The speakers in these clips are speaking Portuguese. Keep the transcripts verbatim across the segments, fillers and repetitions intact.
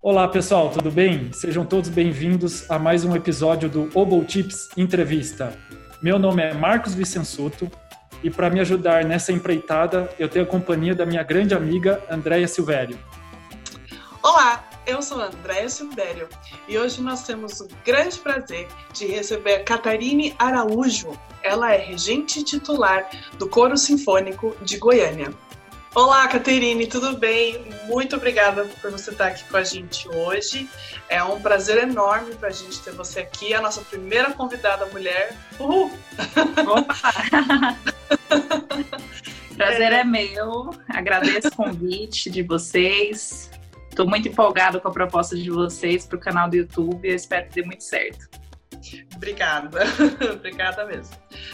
Olá pessoal, tudo bem? Sejam todos bem-vindos a mais um episódio do Obotips Entrevista. Meu nome é Marcos Vicensuto e para me ajudar nessa empreitada eu tenho a companhia da minha grande amiga Andréia Silvério. Olá, eu sou a Andréia Silvério e hoje nós temos o grande prazer de receber a Catarine Araújo. Ela é regente titular do Coro Sinfônico de Goiânia. Olá, Catarine, tudo bem? Muito obrigada por você estar aqui com a gente hoje. É um prazer enorme para a gente ter você aqui, a nossa primeira convidada mulher. Uhul! Opa! Prazer é. é meu, agradeço o convite de vocês. Estou muito empolgada com a proposta de vocês para o canal do YouTube, eu espero que dê muito certo. Obrigada, obrigada mesmo.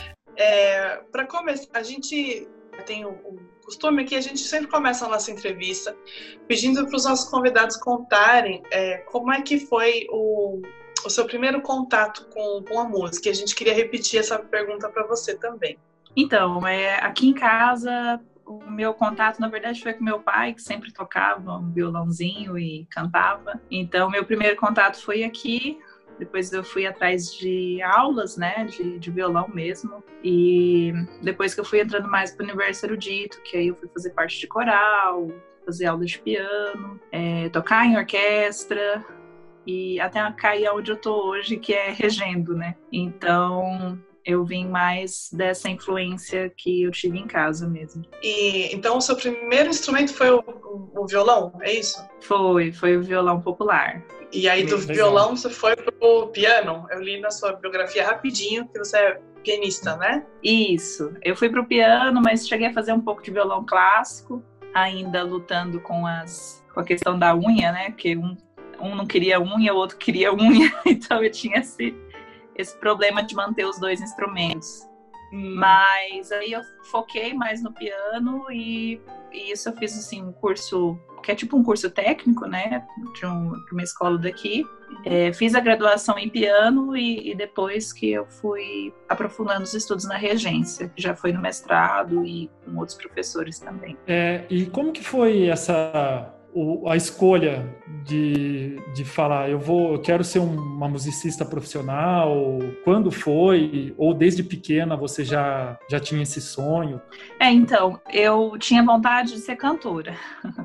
É, para começar, a gente tem o, o costume aqui, a gente sempre começa a nossa entrevista pedindo para os nossos convidados contarem é, como é que foi o, o seu primeiro contato com, com a música. E a gente queria repetir essa pergunta para você também. Então, é, aqui em casa, o meu contato, na verdade, foi com meu pai, que sempre tocava um violãozinho e cantava. Então, meu primeiro contato foi aqui. Depois eu fui atrás de aulas, né, de, de violão mesmo. E depois que eu fui entrando mais para o universo erudito, que aí eu fui fazer parte de coral, fazer aula de piano, é, tocar em orquestra e até cair onde eu tô hoje, que é regendo, né. Então eu vim mais dessa influência que eu tive em casa mesmo. E então o seu primeiro instrumento foi o, o, o violão, é isso? Foi, foi o violão popular. E aí do Legal. Violão você foi pro piano? Eu li na sua biografia rapidinho que você é pianista, né? Isso, eu fui pro piano, mas cheguei a fazer um pouco de violão clássico, ainda lutando com, as, com a questão da unha, né? Porque um, um não queria unha, o outro queria unha, então eu tinha esse, esse problema de manter os dois instrumentos. Hum. Mas aí eu foquei mais no piano e, e isso eu fiz assim, um curso que é tipo um curso técnico, né, de, um, de uma escola daqui. É, fiz a graduação em piano e, e depois que eu fui aprofundando os estudos na regência, que já foi no mestrado e com outros professores também. É, e como que foi essa o, a escolha de, de falar, eu vou, eu quero ser uma musicista profissional? Quando foi? Ou desde pequena você já, já tinha esse sonho? É, então, eu tinha vontade de ser cantora.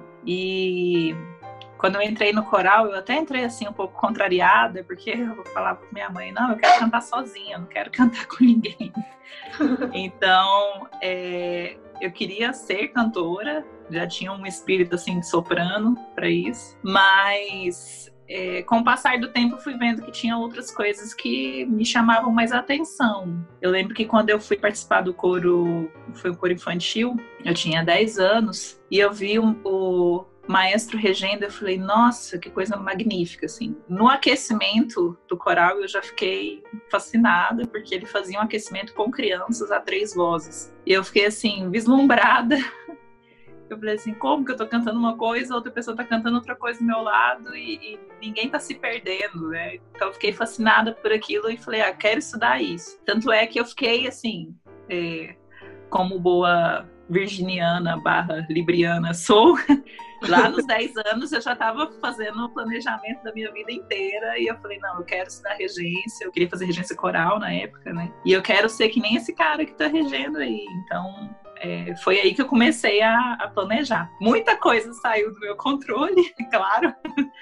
E quando eu entrei no coral, eu até entrei assim um pouco contrariada, porque eu falava com minha mãe, não, eu quero cantar sozinha, eu não quero cantar com ninguém. Então, é, eu queria ser cantora, já tinha um espírito assim de soprano para isso, mas é, com o passar do tempo eu fui vendo que tinha outras coisas que me chamavam mais a atenção. Eu lembro que quando eu fui participar do coro, foi o coro infantil, eu tinha dez anos, e eu vi o, o maestro regendo, eu falei, nossa, que coisa magnífica, assim. No aquecimento do coral eu já fiquei fascinada, porque ele fazia um aquecimento com crianças a três vozes. E eu fiquei assim, vislumbrada. Eu falei assim, como que eu tô cantando uma coisa, outra pessoa tá cantando outra coisa do meu lado e, e ninguém tá se perdendo, né? Então eu fiquei fascinada por aquilo e falei, ah, quero estudar isso. Tanto é que eu fiquei assim, é, como boa virginiana barra libriana sou, lá nos dez anos eu já estava fazendo o planejamento da minha vida inteira e eu falei, não, eu quero estudar regência, eu queria fazer regência coral na época, né? E eu quero ser que nem esse cara que tá regendo aí, então... É, foi aí que eu comecei a, a planejar. Muita coisa saiu do meu controle, claro,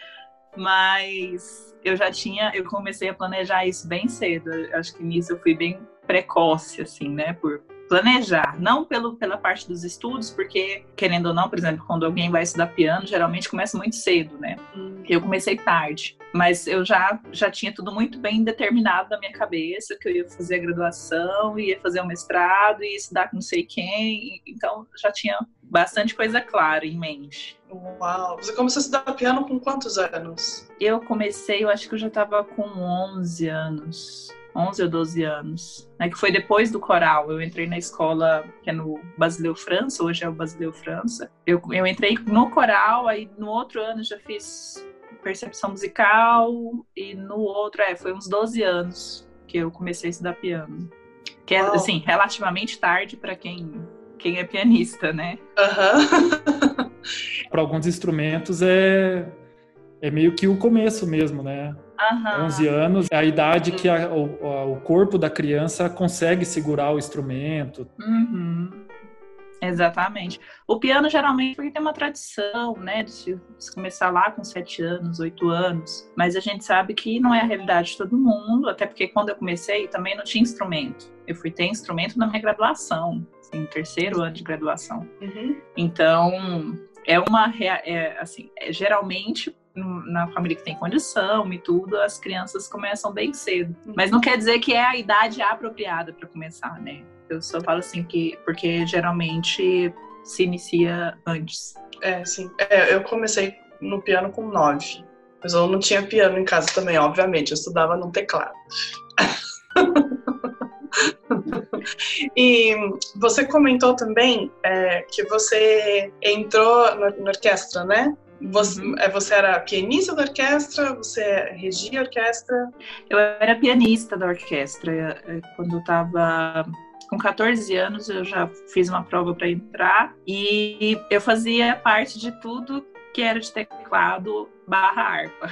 mas eu já tinha, eu comecei a planejar isso bem cedo. Eu acho que nisso eu fui bem precoce, assim, né, por planejar, não pelo, pela parte dos estudos, porque, querendo ou não, por exemplo, quando alguém vai estudar piano, geralmente começa muito cedo, né? Eu comecei tarde, mas eu já, já tinha tudo muito bem determinado na minha cabeça, que eu ia fazer a graduação, ia fazer o mestrado, ia estudar com não sei quem, então já tinha bastante coisa clara em mente. Uau! Você começou a estudar piano com quantos anos? Eu comecei, eu acho que eu já estava com onze anos. onze ou doze anos, né, que foi depois do coral. Eu entrei na escola que é no Basileu França, hoje é o Basileu França. Eu, eu entrei no coral, aí no outro ano já fiz percepção musical e no outro, é, foi uns doze anos que eu comecei a estudar piano. Que é, assim, relativamente tarde para quem, quem é pianista, né? Uhum. Para alguns instrumentos é é meio que o começo mesmo, né? Aham. onze anos é a idade que a, o, o corpo da criança consegue segurar o instrumento. Uhum. Exatamente. O piano geralmente porque tem uma tradição, né, de se começar lá com sete anos, oito anos, mas a gente sabe que não é a realidade de todo mundo, até porque quando eu comecei também não tinha instrumento. Eu fui ter instrumento na minha graduação, assim, terceiro ano de graduação. Uhum. Então, é uma, é, assim, é, geralmente na família que tem condição e tudo, as crianças começam bem cedo. Mas não quer dizer que é a idade apropriada para começar, né? Eu só falo assim que porque geralmente se inicia antes. É, sim. É, eu comecei no piano com nove. Mas eu não tinha piano em casa também, obviamente. Eu estudava no teclado. E você comentou também é, que você entrou na, na orquestra, né? Você, uhum. você era pianista da orquestra? Você regia a orquestra? Eu era pianista da orquestra. Quando eu estava com catorze anos, eu já fiz uma prova para entrar. E eu fazia parte de tudo que era de teclado barra harpa.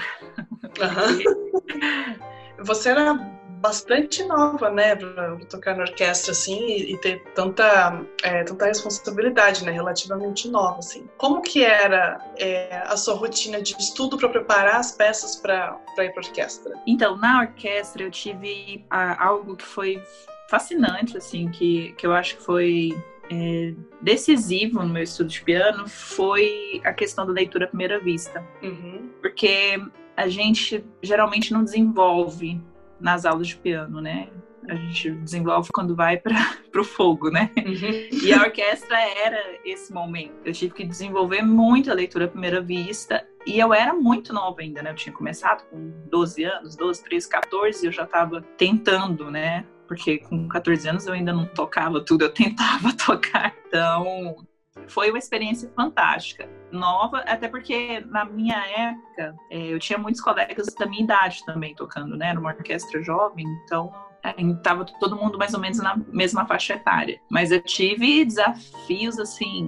Uhum. Você era bastante nova, né, para tocar na orquestra, assim, e, e ter tanta, é, tanta responsabilidade, né, relativamente nova, assim. Como que era é, a sua rotina de estudo para preparar as peças para ir para a orquestra? Então, na orquestra eu tive a, algo que foi fascinante, assim, que, que eu acho que foi é, decisivo no meu estudo de piano, foi a questão da leitura à primeira vista. Uhum. Porque a gente geralmente não desenvolve nas aulas de piano, né? A gente desenvolve quando vai para o fogo, né? Uhum. E a orquestra era esse momento. Eu tive que desenvolver muito a leitura à primeira vista. E eu era muito nova ainda, né? Eu tinha começado com doze anos, doze, treze, catorze, eu já estava tentando, né? Porque com catorze anos eu ainda não tocava tudo, eu tentava tocar. Então, foi uma experiência fantástica, nova, até porque na minha época é, eu tinha muitos colegas da minha idade também tocando, né? Era uma orquestra jovem, então estava é, todo mundo mais ou menos na mesma faixa etária. Mas eu tive desafios, assim,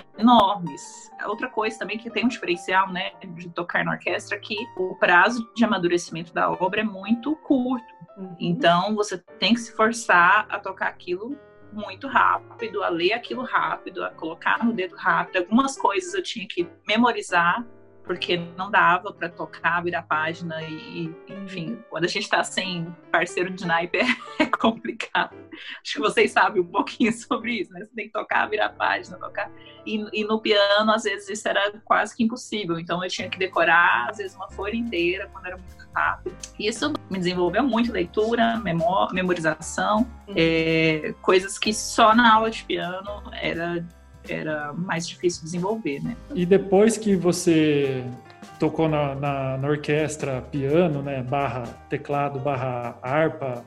enormes. Outra coisa também que tem um diferencial, né, de tocar na orquestra, é que o prazo de amadurecimento da obra é muito curto. Uhum. Então, você tem que se forçar a tocar aquilo muito rápido, a ler aquilo rápido, a colocar no dedo rápido. Algumas coisas eu tinha que memorizar, porque não dava para tocar, virar a página e, enfim, quando a gente está sem parceiro de naipe é complicado. Acho que vocês sabem um pouquinho sobre isso, né? Você tem que tocar, virar a página, tocar. E, e no piano, às vezes, isso era quase que impossível. Então, eu tinha que decorar, às vezes, uma folha inteira, quando era muito rápido. Isso me desenvolveu muito leitura, memó- memorização, uhum. é, coisas que só na aula de piano era... era mais difícil desenvolver, né? E depois que você tocou na, na, na orquestra piano, né, barra teclado, barra harpa,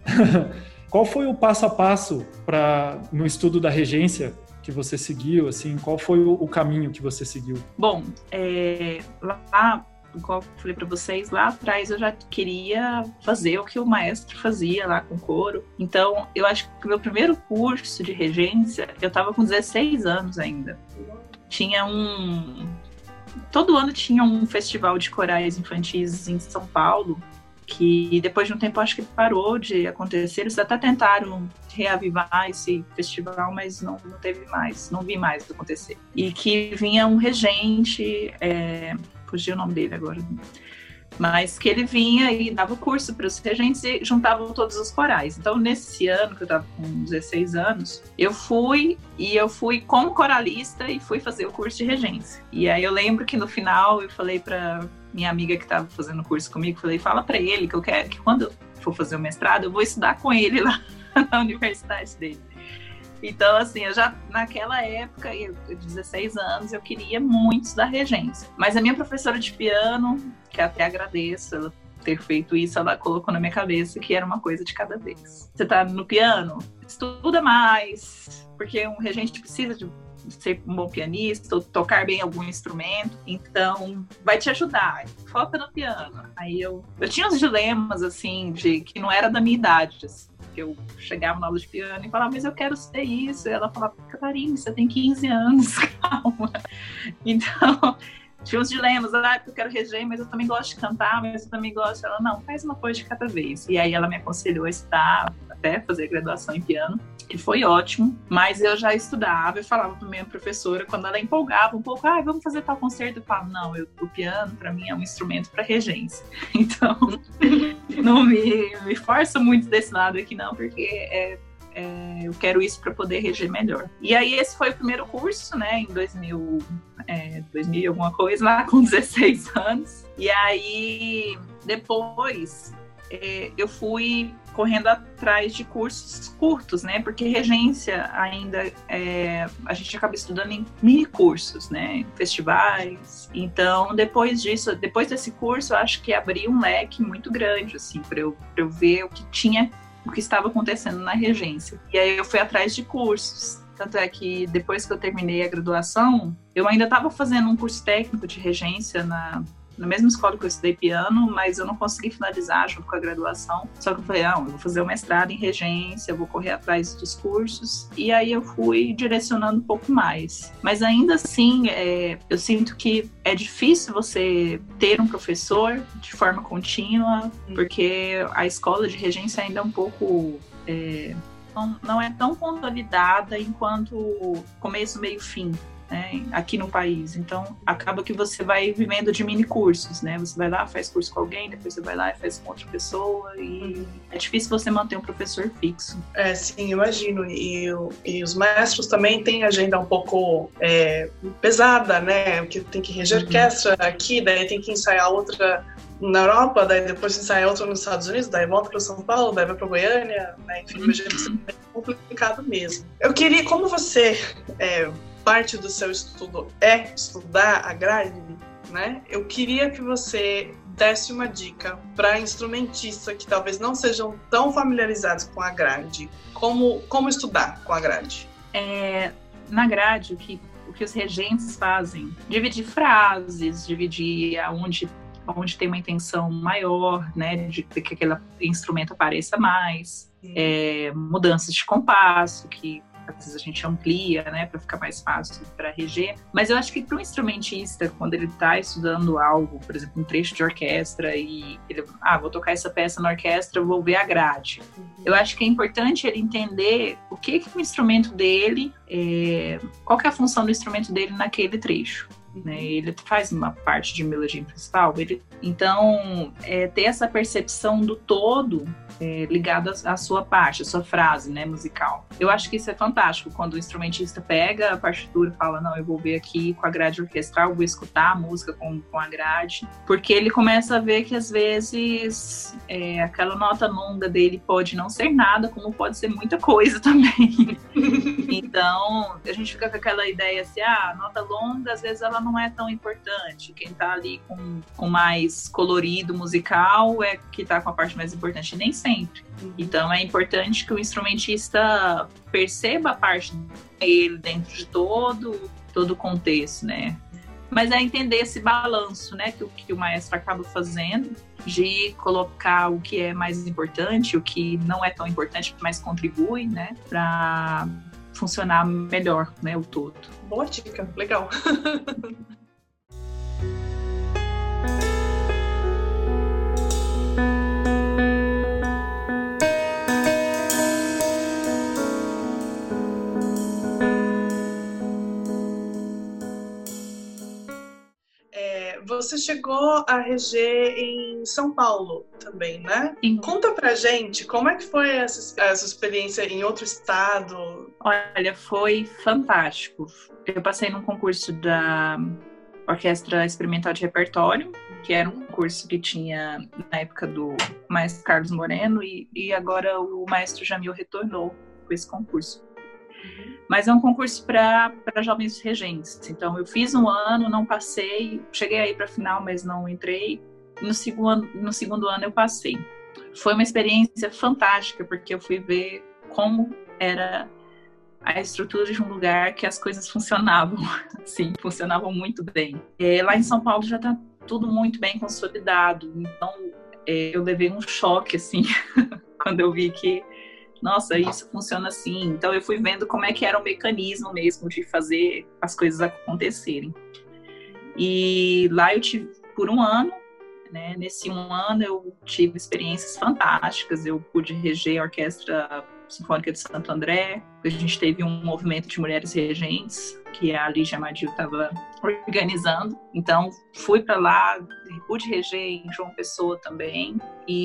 qual foi o passo a passo para no estudo da regência que você seguiu, assim, qual foi o, o caminho que você seguiu? Bom, é, lá, igual eu falei para vocês, lá atrás eu já queria fazer o que o maestro fazia lá com coro. Então, eu acho que o meu primeiro curso de regência, eu estava com dezesseis anos ainda. Tinha um... Todo ano tinha um festival de corais infantis em São Paulo, que depois de um tempo acho que parou de acontecer. Eles até tentaram reavivar esse festival, mas não, não teve mais, não vi mais acontecer. E que vinha um regente... É, fugi o nome dele agora, mas que ele vinha e dava curso para os regentes e juntavam todos os corais. Então, nesse ano, que eu estava com dezesseis anos, eu fui e eu fui como coralista e fui fazer o curso de regência. E aí eu lembro que no final eu falei para minha amiga que estava fazendo o curso comigo, falei, fala para ele que eu quero que quando eu for fazer o mestrado, eu vou estudar com ele lá na universidade dele. Então, assim, eu já, naquela época, eu, de dezesseis anos, eu queria muito estudar regência. Mas a minha professora de piano, que até agradeço ela ter feito isso, ela colocou na minha cabeça que era uma coisa de cada vez. Você tá no piano? Estuda mais, porque um regente precisa de ser um bom pianista, ou tocar bem algum instrumento, então vai te ajudar, foca no piano. Aí eu, eu tinha uns dilemas, assim, de que não era da minha idade, assim. Eu chegava na aula de piano e falava, mas eu quero ser isso. E ela falava, Catarina, você tem quinze anos, calma. Então, tinha uns dilemas, ah, porque eu quero reger, mas eu também gosto de cantar, mas eu também gosto. Ela, não, faz uma coisa de cada vez. E aí ela me aconselhou a estudar, até fazer graduação em piano, que foi ótimo, mas eu já estudava, eu falava pra minha professora, quando ela empolgava um pouco, ah, vamos fazer tal concerto, eu falava, não, eu, o piano pra mim é um instrumento pra regência. Então, não me, me força muito desse lado aqui não, porque é, é, eu quero isso para poder reger melhor. E aí esse foi o primeiro curso, né, em dois mil, é, dois mil e alguma coisa, lá com dezesseis anos. E aí, depois, é, eu fui correndo atrás de cursos curtos, né, porque regência ainda, é, a gente acaba estudando em mini cursos, né, em festivais. Então, depois disso, depois desse curso, eu acho que abriu um leque muito grande, assim, para eu, pra eu ver o que tinha, o que estava acontecendo na regência. E aí eu fui atrás de cursos. Tanto é que depois que eu terminei a graduação, eu ainda estava fazendo um curso técnico de regência na, na mesma escola que eu estudei piano, mas eu não consegui finalizar junto com a graduação. Só que eu falei, não, eu vou fazer o mestrado em regência, eu vou correr atrás dos cursos. E aí eu fui direcionando um pouco mais. Mas ainda assim, é, eu sinto que é difícil você ter um professor de forma contínua, porque a escola de regência ainda é um pouco... É, não, não é tão consolidada enquanto começo, meio, fim. Né, aqui no país. Então, acaba que você vai vivendo de mini cursos, né? Você vai lá, faz curso com alguém, depois você vai lá e faz com outra pessoa e é difícil você manter um professor fixo. É, sim, imagino. E, e os maestros também têm agenda um pouco é, pesada, né? Porque tem que reger uhum. orquestra aqui, daí tem que ensaiar outra na Europa, daí depois ensaiar outra nos Estados Unidos, daí volta para São Paulo, daí vai para Goiânia, né? Enfim, uhum. é complicado mesmo. Eu queria, como você... É, parte do seu estudo é estudar a grade, né? Eu queria que você desse uma dica para instrumentistas que talvez não sejam tão familiarizados com a grade. Como, como estudar com a grade? É, na grade, o que, o que os regentes fazem? Dividir frases, dividir aonde, aonde tem uma intenção maior, né? De, de que aquele instrumento apareça mais. É, mudanças de compasso, que às vezes a gente amplia, né, para ficar mais fácil para reger. Mas eu acho que para um instrumentista, quando ele está estudando algo, por exemplo, um trecho de orquestra e ele, ah, vou tocar essa peça na orquestra, eu vou ver a grade. Uhum. Eu acho que é importante ele entender o que que o instrumento dele, é, qual que é a função do instrumento dele naquele trecho. Né? Ele faz uma parte de melodia principal, ele, então é, ter essa percepção do todo é, ligado à sua parte, à sua frase, né, musical. Eu acho que isso é fantástico quando o instrumentista pega a partitura e fala, não, eu vou ver aqui com a grade orquestral, vou escutar a música com, com a grade, porque ele começa a ver que às vezes é, aquela nota longa dele pode não ser nada, como pode ser muita coisa também. Então a gente fica com aquela ideia assim, ah, a nota longa às vezes ela não é tão importante. Quem tá ali com, com mais colorido musical é que tá com a parte mais importante, nem sempre. Então é importante que o instrumentista perceba a parte dele dentro de todo, todo o contexto, né? Mas é entender esse balanço, né, que, que o maestro acaba fazendo, de colocar o que é mais importante, o que não é tão importante, mas contribui, né, para funcionar melhor, né, o todo. Boa dica, legal. É, você chegou a reger em São Paulo também, né? Sim. Conta pra gente como é que foi essa, essa experiência em outro estado? Olha, foi fantástico. Eu passei num concurso da Orquestra Experimental de Repertório, que era um concurso que tinha na época do maestro Carlos Moreno, e, e agora o maestro Jamil retornou com esse concurso. Mas é um concurso para jovens regentes. Então, eu fiz um ano, não passei, cheguei aí para a final, mas não entrei. No segundo, no segundo ano, eu passei. Foi uma experiência fantástica, porque eu fui ver como era a estrutura de um lugar que as coisas funcionavam, assim, funcionavam muito bem. É, lá em São Paulo já está tudo muito bem consolidado. Então, é, eu levei um choque, assim, quando eu vi que nossa, isso funciona assim. Então eu fui vendo como é que era o mecanismo mesmo de fazer as coisas acontecerem. E lá eu tive por um ano, né? Nesse um ano eu tive experiências fantásticas. Eu pude reger a Orquestra Sinfônica de Santo André. A gente teve um movimento de mulheres regentes que a Lígia Amadil estava organizando. Então, fui para lá, pude reger em João Pessoa também.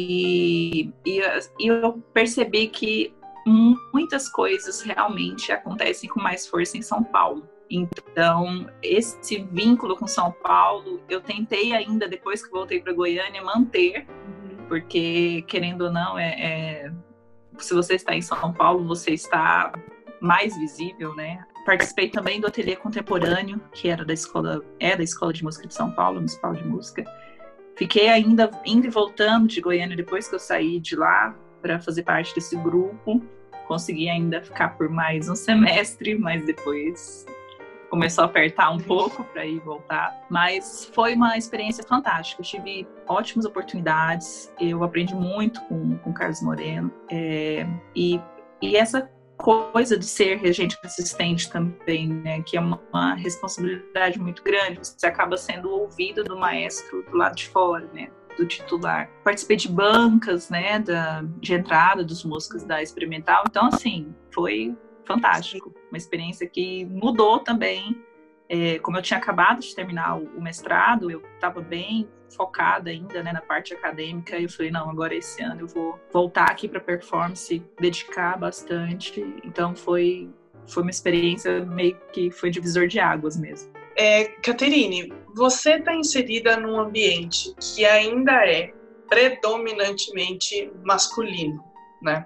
E, e, e eu percebi que muitas coisas realmente acontecem com mais força em São Paulo. Então, esse vínculo com São Paulo, eu tentei ainda, depois que voltei para Goiânia, manter, porque, querendo ou não, é, é, se você está em São Paulo, você está mais visível, né? Participei também do Ateliê Contemporâneo, que era da escola, é da Escola de Música de São Paulo, Municipal de Música. Fiquei ainda indo e voltando de Goiânia depois que eu saí de lá para fazer parte desse grupo. Consegui ainda ficar por mais um semestre, mas depois começou a apertar um pouco para ir voltar. Mas foi uma experiência fantástica. Eu tive ótimas oportunidades. Eu aprendi muito com o Carlos Moreno. É, e, e essa coisa de ser regente assistente também, né, que é uma, uma responsabilidade muito grande. Você acaba sendo o ouvido do maestro do lado de fora, né, do titular. Participei de bancas, né, da, de entrada dos músicos da Experimental. Então, assim, foi fantástico. Uma experiência que mudou também. É, como eu tinha acabado de terminar o, o mestrado, eu estava bem focada ainda, né, na parte acadêmica, e eu falei, não, agora esse ano eu vou voltar aqui para performance, dedicar bastante. Então foi, foi uma experiência meio que foi divisor de águas mesmo. É, Caterine, você está inserida num ambiente que ainda é predominantemente masculino, né?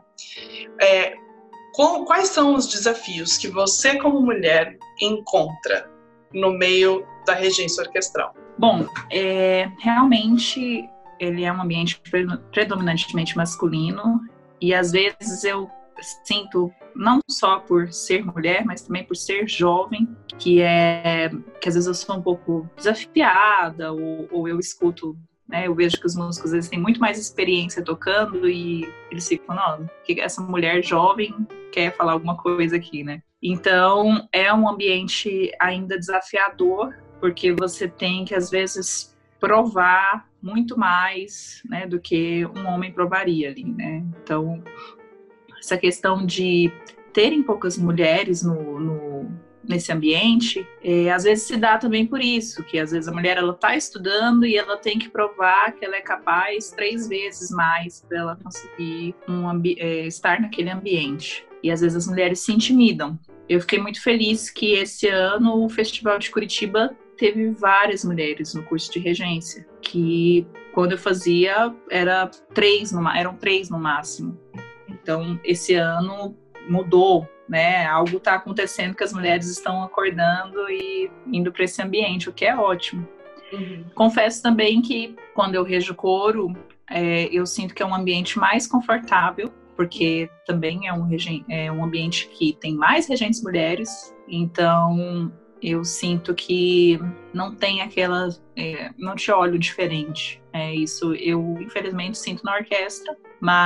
É, qual, quais são os desafios que você, como mulher, encontra no meio da regência orquestral? Bom, é, realmente ele é um ambiente predominantemente masculino e às vezes eu sinto, não só por ser mulher, mas também por ser jovem, que é que às vezes eu sou um pouco desafiada ou, ou eu escuto, né, eu vejo que os músicos às vezes têm muito mais experiência tocando e eles ficam, não, que essa mulher jovem quer falar alguma coisa aqui, né? Então, é um ambiente ainda desafiador, porque você tem que, às vezes, provar muito mais, né, do que um homem provaria ali, né? Então, essa questão de terem poucas mulheres no, no, nesse ambiente, é, às vezes se dá também por isso, que às vezes a mulher ela está estudando e ela tem que provar que ela é capaz três vezes mais para ela conseguir um, é, estar naquele ambiente. E às vezes as mulheres se intimidam. Eu fiquei muito feliz que esse ano o Festival de Curitiba teve várias mulheres no curso de regência, que quando eu fazia era três no, eram três no máximo. Então, esse ano mudou, né? Algo está acontecendo que as mulheres estão acordando e indo para esse ambiente, o que é ótimo. Uhum. Confesso também que quando eu rejo coro, é, eu sinto que é um ambiente mais confortável, porque também é um, regen- é um ambiente que tem mais regentes mulheres, então eu sinto que não tem aquela, é, não te olho diferente. É isso, eu infelizmente sinto na orquestra,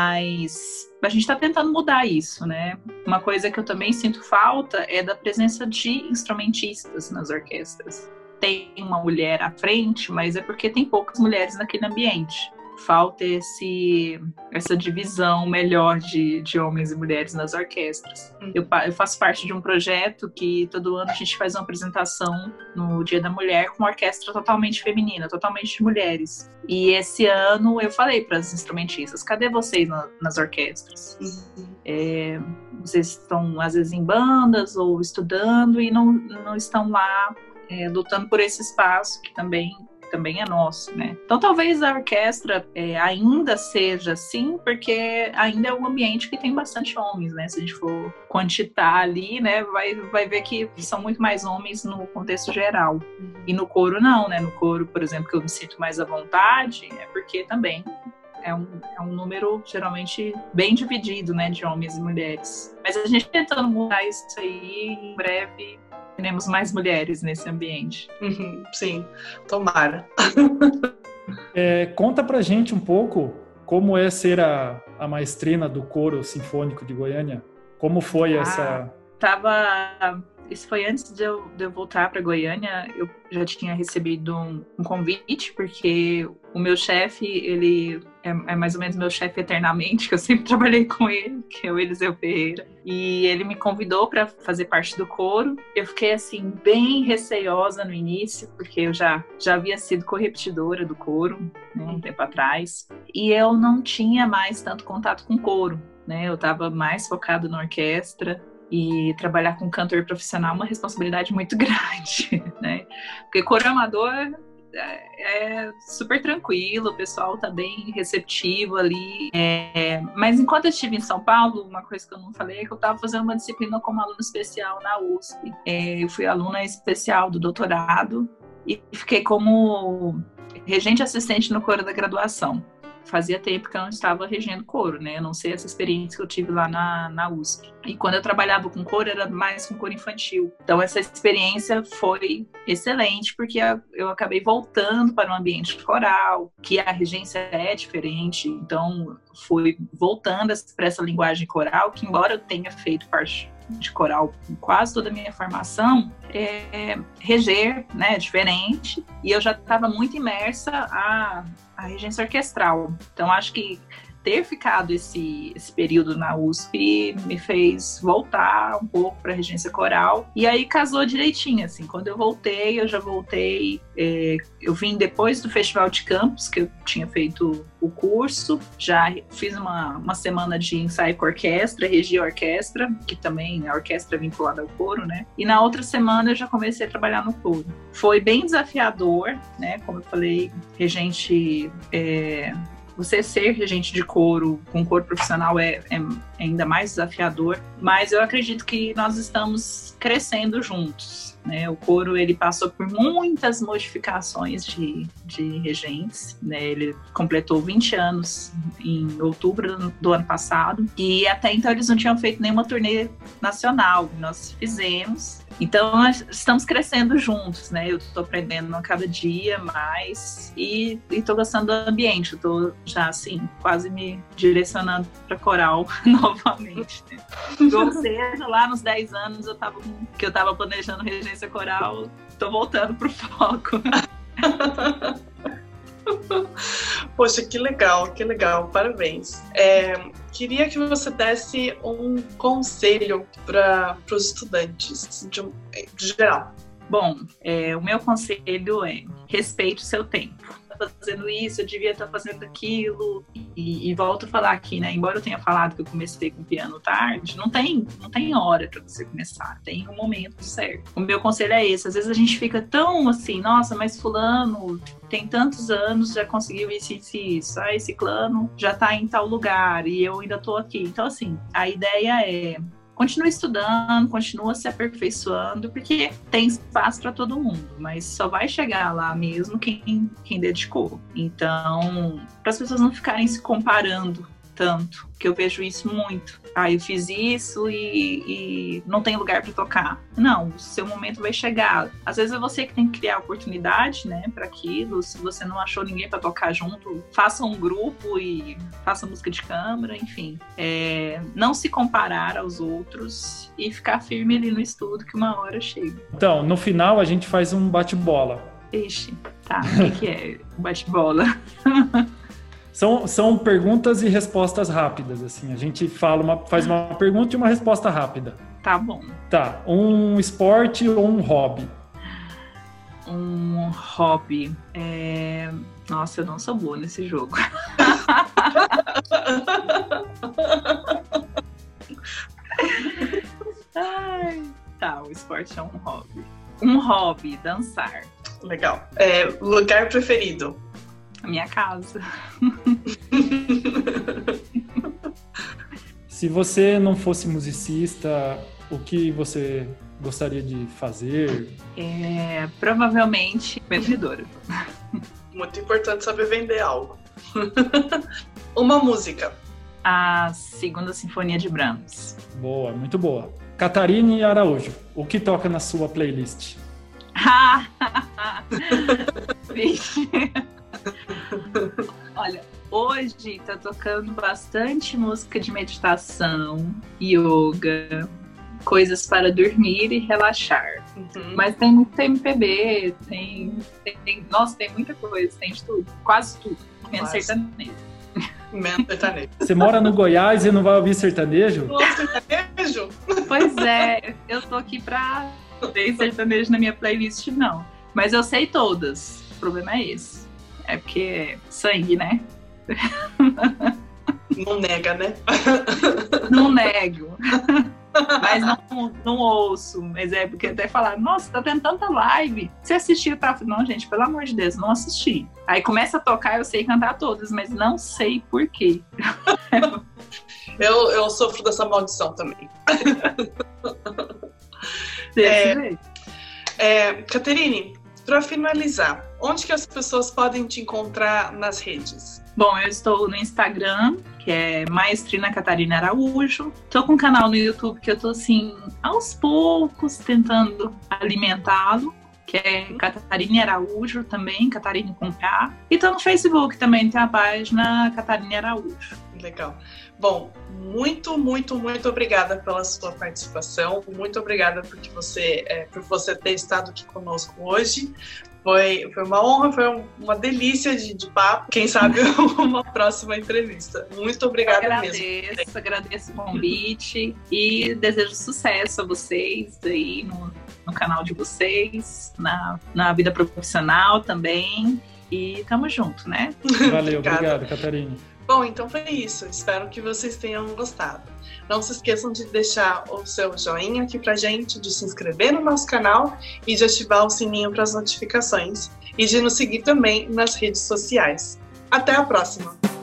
mas a gente está tentando mudar isso, né? Uma coisa que eu também sinto falta é da presença de instrumentistas nas orquestras. Tem uma mulher à frente, mas é porque tem poucas mulheres naquele ambiente. Falta esse, essa divisão melhor de, de homens e mulheres nas orquestras. Uhum. Eu, eu faço parte de um projeto que todo ano a gente faz uma apresentação no Dia da Mulher com uma orquestra totalmente feminina, totalmente de mulheres. E esse ano eu falei para as instrumentistas, cadê vocês na, nas orquestras? Uhum. É, vocês estão às vezes em bandas ou estudando e não, não estão lá é, lutando por esse espaço que também também é nosso, né? Então talvez a orquestra é, ainda seja assim, porque ainda é um ambiente que tem bastante homens, né? Se a gente for quantitar ali, né, vai, vai ver que são muito mais homens no contexto geral. Uhum. E no coro não, né? No coro, por exemplo, que eu me sinto mais à vontade, é porque também é um, é um número geralmente bem dividido, né, de homens e mulheres. Mas a gente tentando mudar isso aí, em breve teremos mais mulheres nesse ambiente. Uhum, sim, tomara. É, conta pra gente um pouco como é ser a, a maestrina do coro sinfônico de Goiânia. Como foi ah. essa, tava... Isso foi antes de eu, de eu voltar para Goiânia. Eu já tinha recebido um, um convite, porque o meu chefe, ele é, é mais ou menos meu chefe eternamente, que eu sempre trabalhei com ele, que é o Eliseu Ferreira. E ele me convidou para fazer parte do coro. Eu fiquei, assim, bem receiosa no início, porque eu já, já havia sido correpetidora do coro, né, um tempo atrás. E eu não tinha mais tanto contato com coro, né? Eu estava mais focada na orquestra. E trabalhar com cantor profissional é uma responsabilidade muito grande, né? Porque coro amador é, é super tranquilo, o pessoal tá bem receptivo ali. É, mas enquanto eu estive em São Paulo, uma coisa que eu não falei é que eu estava fazendo uma disciplina como aluna especial na U S P. É, eu fui aluna especial do doutorado e fiquei como regente assistente no coro da graduação. Fazia tempo que eu não estava regendo coro, né? Eu não sei essa experiência que eu tive lá na, na U S P. E quando eu trabalhava com coro, era mais com coro infantil. Então, essa experiência foi excelente, porque eu acabei voltando para um ambiente coral, que a regência é diferente. Então, fui voltando para essa linguagem coral, que embora eu tenha feito parte de coral em quase toda a minha formação, é, reger, né, é diferente, e eu já estava muito imersa a, a regência orquestral. Então, acho que ter ficado esse, esse período na U S P me fez voltar um pouco para a regência coral, e aí casou direitinho, assim. Quando eu voltei, eu já voltei, é, eu vim depois do Festival de Campos, que eu tinha feito o curso, já fiz uma, uma semana de ensaio com orquestra, regi a orquestra, que também a orquestra é vinculada ao coro, né? E na outra semana eu já comecei a trabalhar no coro. Foi bem desafiador, né? Como eu falei, regente... É, Você ser regente de coro, com coro profissional, é, é ainda mais desafiador, mas eu acredito que nós estamos crescendo juntos, né? O coro, ele passou por muitas modificações de, de regentes, né? Ele completou vinte anos em outubro do, do ano passado, e até então eles não tinham feito nenhuma turnê nacional. Nós fizemos. Então, nós estamos crescendo juntos, né? Eu estou aprendendo a cada dia mais e estou gostando do ambiente. Eu estou já, assim, quase me direcionando para coral novamente, né? Você, lá nos dez anos, eu tava, que eu estava planejando regência coral, estou voltando pro foco. Poxa, que legal, que legal, parabéns. É, queria que você desse um conselho para os estudantes, de, de geral. Bom, é, o meu conselho é: respeite o seu tempo. Tá fazendo isso, eu devia estar fazendo aquilo. E, e volto a falar aqui, né? Embora eu tenha falado que eu comecei com piano tarde, não tem, não tem hora para você começar, tem um momento certo. O meu conselho é esse: às vezes a gente fica tão assim, nossa, mas fulano tem tantos anos, já conseguiu isso e isso, isso. Ah, esse ciclano já tá em tal lugar e eu ainda tô aqui. Então, assim, a ideia é: continua estudando, continua se aperfeiçoando, porque tem espaço para todo mundo, mas só vai chegar lá mesmo quem, quem dedicou. Então, para as pessoas não ficarem se comparando tanto, que eu vejo isso muito. Ah, eu fiz isso e, e não tem lugar para tocar. Não, o seu momento vai chegar. Às vezes é você que tem que criar oportunidade, né, para aquilo. Se você não achou ninguém para tocar junto, faça um grupo e faça música de câmara, enfim. É, não se comparar aos outros e ficar firme ali no estudo, que uma hora chega. Então, no final a gente faz um bate-bola. Ixi, tá. O que, que é o bate-bola? São, são perguntas e respostas rápidas, assim. A gente fala uma, faz uma pergunta e uma resposta rápida. Tá bom. Tá. Um esporte ou um hobby? Um hobby. É... Nossa, eu não sou boa nesse jogo. Ai, tá, o esporte é um hobby. Um hobby, dançar. Legal. É, lugar preferido? A minha casa. Se você não fosse musicista, o que você gostaria de fazer? É, provavelmente vendedora. Muito importante saber vender algo. Uma música. A Segunda Sinfonia de Brahms. Boa, muito boa. Catarine Araújo, o que toca na sua playlist? Vixe. Olha, hoje tá tocando bastante música de meditação, yoga, coisas para dormir e relaxar. Uhum. Mas tem muito M P B, tem, tem, tem. Nossa, tem muita coisa, tem de tudo. Quase tudo. Menos Quase. sertanejo. Menos sertanejo. Você mora no Goiás e não vai ouvir sertanejo? Nossa, sertanejo? Pois é, eu tô aqui pra ter sertanejo na minha playlist, não. Mas eu sei todas. O problema é esse. É porque é sangue, né? Não nega, né? Não nego. Mas não, não ouço. Mas é porque até falar, nossa, tá tendo tanta live. Você assistiu? Tá? Não, gente, pelo amor de Deus, não assisti. Aí começa a tocar, eu sei cantar todas, mas não sei por quê. Eu, eu sofro dessa maldição também. É, é, Caterine, para finalizar, onde que as pessoas podem te encontrar nas redes? Bom, eu estou no Instagram, que é Maestrina Catarina Araújo. Tô com um canal no YouTube que eu tô, assim, aos poucos tentando alimentá-lo, que é Catarina Araújo também, Catarina com K. E tô no Facebook também, tem a página Catarina Araújo. Legal. Bom, muito, muito, muito obrigada pela sua participação. Muito obrigada porque você, é, por você ter estado aqui conosco hoje. Foi, foi uma honra, foi uma delícia de, de papo. Quem sabe uma próxima entrevista. Muito obrigada eu agradeço, mesmo. Agradeço, agradeço o convite e desejo sucesso a vocês aí no, no canal de vocês, na, na vida profissional também. E tamo junto, né? Valeu, obrigado, Catarina. Bom, então foi isso. Espero que vocês tenham gostado. Não se esqueçam de deixar o seu joinha aqui pra gente, de se inscrever no nosso canal e de ativar o sininho para as notificações. E de nos seguir também nas redes sociais. Até a próxima!